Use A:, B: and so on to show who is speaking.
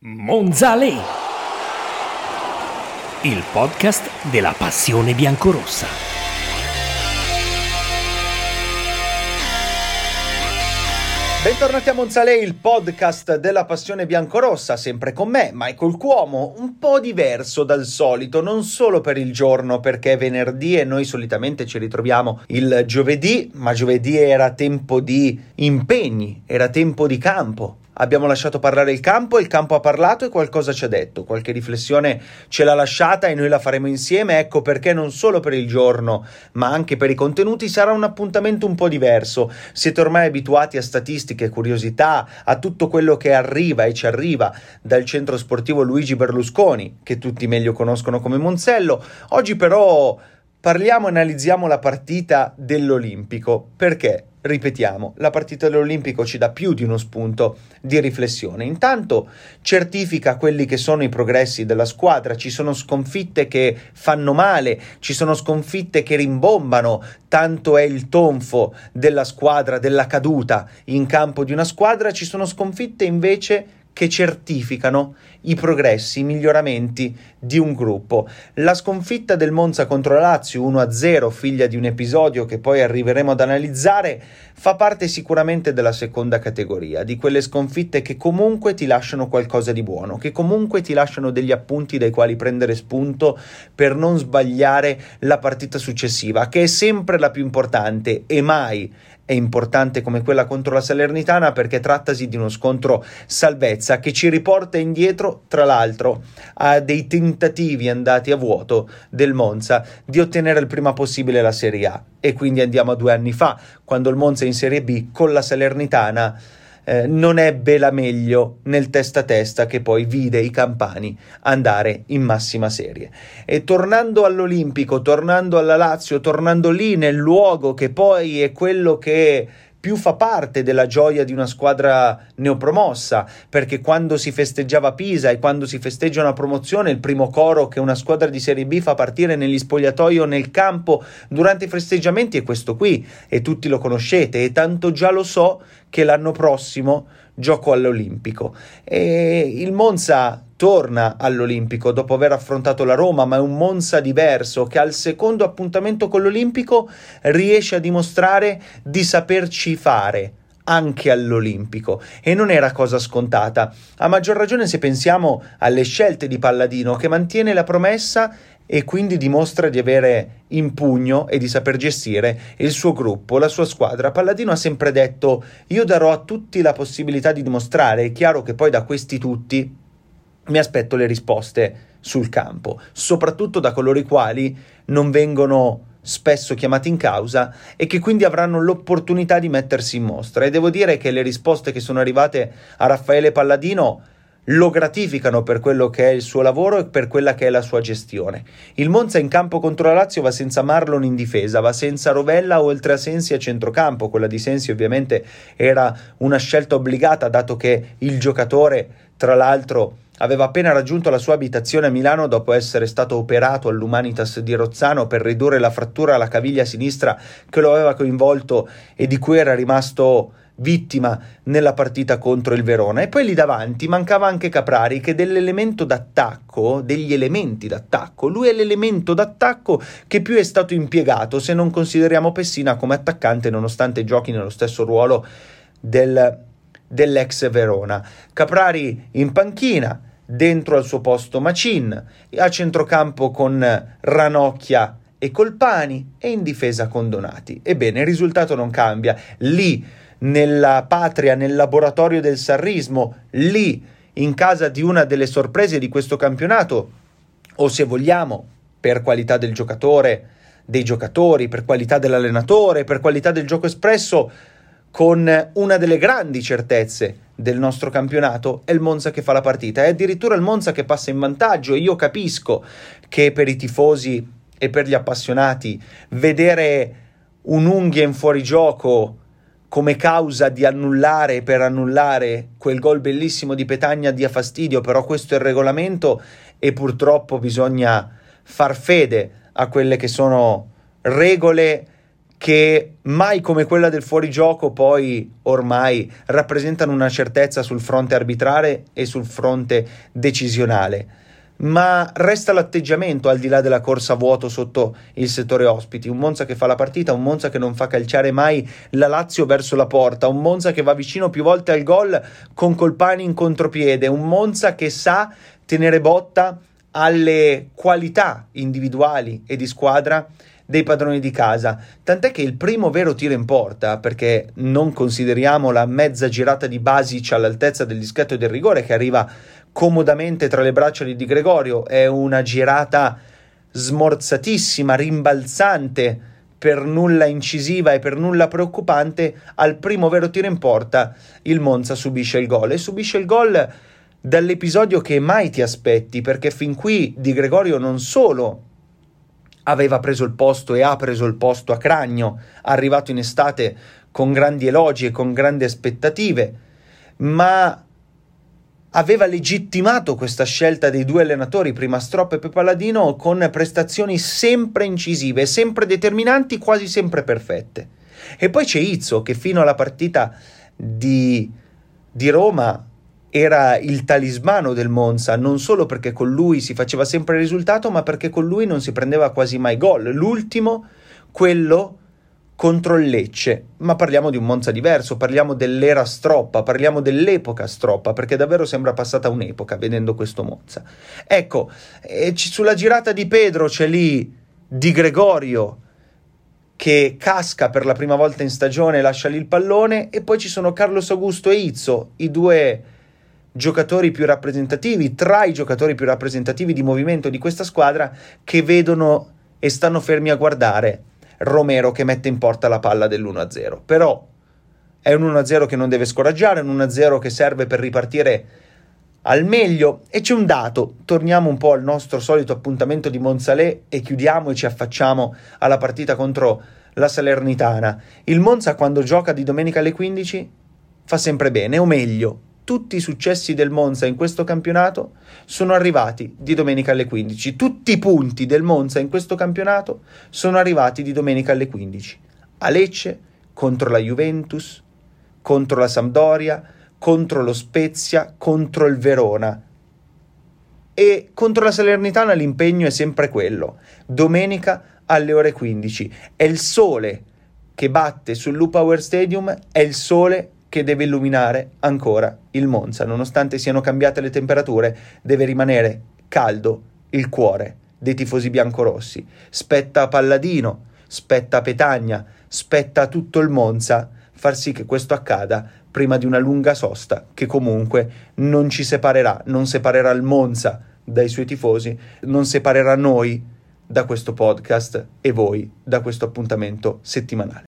A: Monzalè, il podcast della passione biancorossa.
B: Bentornati a Monzalè, il podcast della passione biancorossa, sempre con me, Michael Cuomo, un po' diverso dal solito, non solo per il giorno, perché è venerdì e noi solitamente ci ritroviamo il giovedì, ma giovedì era tempo di impegni, era tempo di campo. Abbiamo lasciato parlare il campo ha parlato e qualcosa ci ha detto, qualche riflessione ce l'ha lasciata e noi la faremo insieme. Ecco perché non solo per il giorno ma anche per i contenuti sarà un appuntamento un po' diverso. Siete ormai abituati a statistiche, curiosità, a tutto quello che arriva e ci arriva dal centro sportivo Luigi Berlusconi, che tutti meglio conoscono come Monzello. Oggi però parliamo e analizziamo la partita dell'Olimpico. Perché? Ripetiamo, la partita dell'Olimpico ci dà più di uno spunto di riflessione. Intanto certifica quelli che sono i progressi della squadra, ci sono sconfitte che fanno male, ci sono sconfitte che rimbombano, tanto è il tonfo della squadra, della caduta in campo di una squadra, ci sono sconfitte invece che certificano i progressi, i miglioramenti di un gruppo. La sconfitta del Monza contro la Lazio 1-0, figlia di un episodio che poi arriveremo ad analizzare, fa parte sicuramente della seconda categoria, di quelle sconfitte che comunque ti lasciano qualcosa di buono, che comunque ti lasciano degli appunti dai quali prendere spunto per non sbagliare la partita successiva, che è sempre la più importante e mai è importante come quella contro la Salernitana, perché trattasi di uno scontro salvezza che ci riporta indietro, tra l'altro, a dei tentativi andati a vuoto del Monza di ottenere il prima possibile la Serie A. E quindi andiamo a 2 anni fa, quando il Monza in Serie B con la Salernitana non ebbe la meglio nel testa a testa che poi vide i campani andare in massima serie. E tornando all'Olimpico, tornando alla Lazio, tornando lì nel luogo che poi è quello che più fa parte della gioia di una squadra neopromossa, perché quando si festeggiava Pisa e quando si festeggia una promozione, il primo coro che una squadra di Serie B fa partire negli spogliatoi o nel campo durante i festeggiamenti è questo qui, e tutti lo conoscete, e tanto già lo so che l'anno prossimo gioco all'Olimpico. E il Monza torna all'Olimpico dopo aver affrontato la Roma, ma è un Monza diverso che al secondo appuntamento con l'Olimpico riesce a dimostrare di saperci fare anche all'Olimpico, e non era cosa scontata, a maggior ragione se pensiamo alle scelte di Palladino, che mantiene la promessa e quindi dimostra di avere in pugno e di saper gestire il suo gruppo, la sua squadra. Palladino ha sempre detto: io darò a tutti la possibilità di dimostrare. È chiaro che poi da questi tutti mi aspetto le risposte sul campo, soprattutto da coloro i quali non vengono spesso chiamati in causa e che quindi avranno l'opportunità di mettersi in mostra. E devo dire che le risposte che sono arrivate a Raffaele Palladino lo gratificano per quello che è il suo lavoro e per quella che è la sua gestione. Il Monza in campo contro la Lazio va senza Marlon in difesa, va senza Rovella oltre a Sensi a centrocampo. Quella di Sensi ovviamente era una scelta obbligata, dato che il giocatore, tra l'altro, aveva appena raggiunto la sua abitazione a Milano dopo essere stato operato all'Humanitas di Rozzano per ridurre la frattura alla caviglia sinistra che lo aveva coinvolto e di cui era rimasto vittima nella partita contro il Verona. E poi lì davanti mancava anche Caprari, che degli elementi d'attacco, lui è l'elemento d'attacco che più è stato impiegato, se non consideriamo Pessina come attaccante, nonostante giochi nello stesso ruolo dell'ex Verona. Caprari in panchina, dentro al suo posto Macin, a centrocampo con Ranocchia e Colpani e in difesa con Donati. Ebbene, il risultato non cambia. Lì nella patria, nel laboratorio del sarrismo, lì in casa di una delle sorprese di questo campionato, o se vogliamo per qualità del giocatore, dei giocatori, per qualità dell'allenatore, per qualità del gioco espresso, con una delle grandi certezze del nostro campionato, è il Monza che fa la partita, è addirittura il Monza che passa in vantaggio. E io capisco che per i tifosi e per gli appassionati vedere un'unghia in fuorigioco come causa di annullare per annullare quel gol bellissimo di Petagna dia fastidio, però questo è il regolamento e purtroppo bisogna far fede a quelle che sono regole che mai come quella del fuorigioco poi ormai rappresentano una certezza sul fronte arbitrale e sul fronte decisionale. Ma resta l'atteggiamento al di là della corsa a vuoto sotto il settore ospiti, un Monza che fa la partita, un Monza che non fa calciare mai la Lazio verso la porta, un Monza che va vicino più volte al gol con Colpani in contropiede, un Monza che sa tenere botta alle qualità individuali e di squadra dei padroni di casa, tant'è che il primo vero tiro in porta, perché non consideriamo la mezza girata di Basic all'altezza del dischetto e del rigore che arriva comodamente tra le braccia di Di Gregorio, è una girata smorzatissima, rimbalzante, per nulla incisiva e per nulla preoccupante. Al primo vero tiro in porta il Monza subisce il gol, e subisce il gol dall'episodio che mai ti aspetti, perché fin qui Di Gregorio non solo aveva preso il posto e ha preso il posto a Cragno, arrivato in estate con grandi elogi e con grandi aspettative, ma aveva legittimato questa scelta dei due allenatori, prima Stropp e poi Palladino, con prestazioni sempre incisive, sempre determinanti, quasi sempre perfette. E poi c'è Izzo, che fino alla partita di Roma era il talismano del Monza, non solo perché con lui si faceva sempre il risultato, ma perché con lui non si prendeva quasi mai gol. L'ultimo, quello contro il Lecce, ma parliamo di un Monza diverso, parliamo dell'era Stroppa, parliamo dell'epoca Stroppa, perché davvero sembra passata un'epoca vedendo questo Monza. Ecco, sulla girata di Pedro c'è lì Di Gregorio che casca per la prima volta in stagione, lascia lì il pallone, e poi ci sono Carlos Augusto e Izzo, i due giocatori più rappresentativi, tra i giocatori più rappresentativi di movimento di questa squadra, che vedono e stanno fermi a guardare Romero che mette in porta la palla dell'1-0. Però è un 1-0 che non deve scoraggiare, un 1-0 che serve per ripartire al meglio. E c'è un dato, torniamo un po' al nostro solito appuntamento di Monzalè e chiudiamo e ci affacciamo alla partita contro la Salernitana. Il Monza, quando gioca di domenica alle 15, fa sempre bene, o meglio, tutti i successi del Monza in questo campionato sono arrivati di domenica alle 15. Tutti i punti del Monza in questo campionato sono arrivati di domenica alle 15. A Lecce, contro la Juventus, contro la Sampdoria, contro lo Spezia, contro il Verona. E contro la Salernitana l'impegno è sempre quello. Domenica alle ore 15. È il sole che batte sul Lupower Stadium, è il sole che deve illuminare ancora il Monza. Nonostante siano cambiate le temperature, deve rimanere caldo il cuore dei tifosi biancorossi. Spetta a Palladino, spetta a Petagna, spetta a tutto il Monza far sì che questo accada prima di una lunga sosta che comunque non ci separerà, non separerà il Monza dai suoi tifosi, non separerà noi da questo podcast e voi da questo appuntamento settimanale.